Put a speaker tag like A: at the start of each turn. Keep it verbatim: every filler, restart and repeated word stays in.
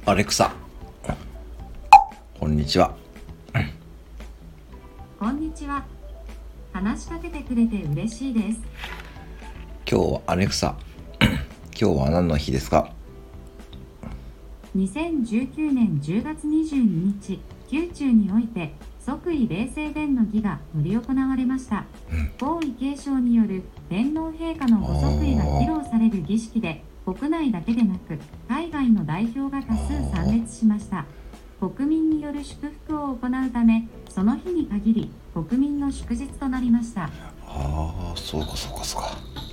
A: アレクサ、こんにちは。
B: こんにちは。話しかけてくれて嬉しいです。
A: 今日はアレクサ、今日は何の日ですか？
B: にせんじゅうきゅうねんじゅうがつにじゅうににち、宮中において即位礼正殿の儀が執り行われました。皇位継承による天皇陛下のご即位が披露される儀式で、国内だけでなく海外の代表が多数参列しました。国民による祝福を行うため、その日に限り国民の祝日となりました。
A: ああ、そうかそうかそうか。